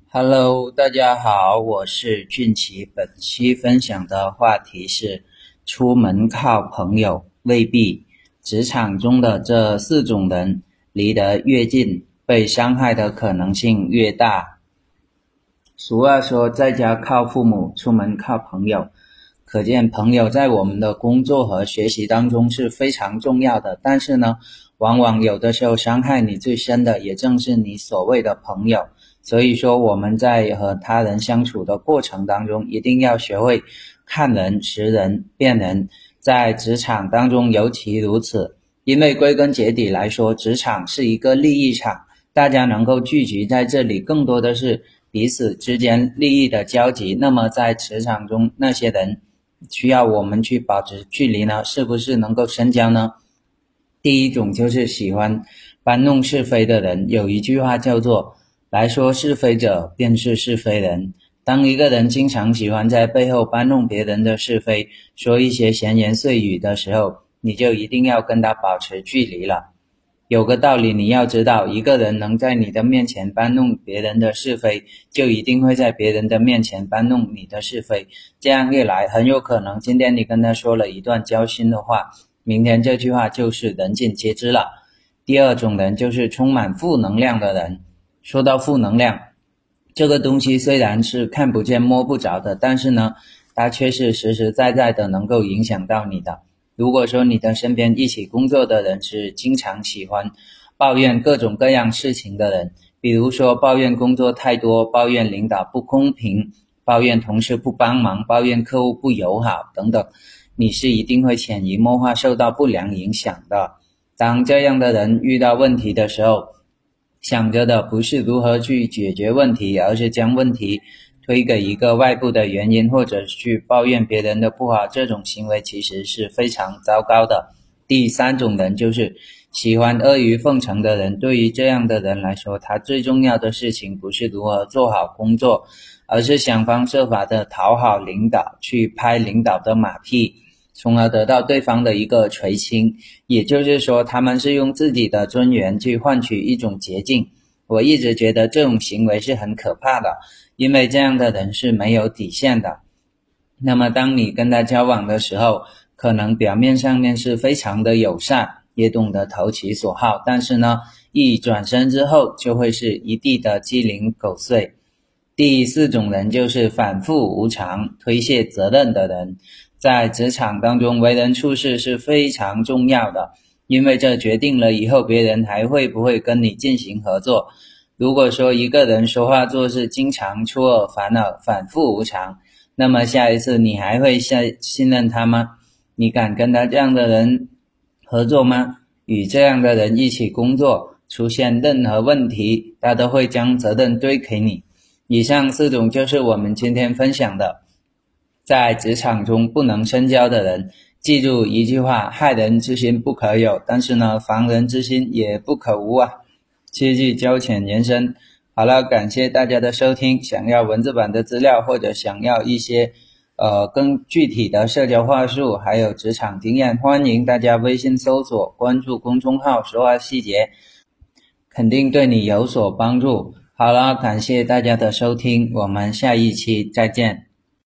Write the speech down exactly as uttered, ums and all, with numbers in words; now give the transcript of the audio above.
Hello，大家好，我是俊奇。本期分享的话题是：出门靠朋友未必。职场中的这四种人，离得越近，被伤害的可能性越大。俗话说，在家靠父母，出门靠朋友。可见朋友在我们的工作和学习当中是非常重要的，但是呢，往往有的时候伤害你最深的也正是你所谓的朋友。所以说我们在和他人相处的过程当中，一定要学会看人、识人、辨人，在职场当中尤其如此。因为归根结底来说，职场是一个利益场，大家能够聚集在这里，更多的是彼此之间利益的交集。那么在职场中那些人需要我们去保持距离呢，是不是能够深交呢？第一种就是喜欢搬弄是非的人。有一句话叫做来说是非者便是是非人。当一个人经常喜欢在背后搬弄别人的是非，说一些闲言碎语的时候，你就一定要跟他保持距离了。有个道理你要知道，一个人能在你的面前搬弄别人的是非，就一定会在别人的面前搬弄你的是非。这样一来，很有可能今天你跟他说了一段交心的话，明天这句话就是人尽皆知了。第二种人就是充满负能量的人。说到负能量，这个东西虽然是看不见摸不着的，但是呢，它却是实实在在的能够影响到你的。如果说你的身边一起工作的人是经常喜欢抱怨各种各样事情的人，比如说抱怨工作太多，抱怨领导不公平，抱怨同事不帮忙，抱怨客户不友好等等，你是一定会潜移默化受到不良影响的。当这样的人遇到问题的时候，想着的不是如何去解决问题，而是将问题推给一个外部的原因，或者去抱怨别人的不好，这种行为其实是非常糟糕的。第三种人就是喜欢阿谀奉承的人。对于这样的人来说，他最重要的事情不是如何做好工作，而是想方设法的讨好领导，去拍领导的马屁，从而得到对方的一个垂青。也就是说，他们是用自己的尊严去换取一种捷径。我一直觉得这种行为是很可怕的，因为这样的人是没有底线的。那么当你跟他交往的时候，可能表面上面是非常的友善，也懂得投其所好，但是呢，一转身之后就会是一地的鸡零狗碎。第四种人就是反复无常、推卸责任的人。在职场当中，为人处事是非常重要的，因为这决定了以后别人还会不会跟你进行合作。如果说一个人说话做事经常出尔反尔、反复无常，那么下一次你还会信信任他吗？你敢跟他这样的人合作吗？与这样的人一起工作，出现任何问题，他都会将责任堆给你。以上四种就是我们今天分享的在职场中不能深交的人。记住一句话，害人之心不可有，但是呢，防人之心也不可无啊。切记交浅言深。好了，感谢大家的收听。想要文字版的资料，或者想要一些呃更具体的社交话术，还有职场经验，欢迎大家微信搜索关注公众号说话细节，肯定对你有所帮助。好了，感谢大家的收听，我们下一期再见。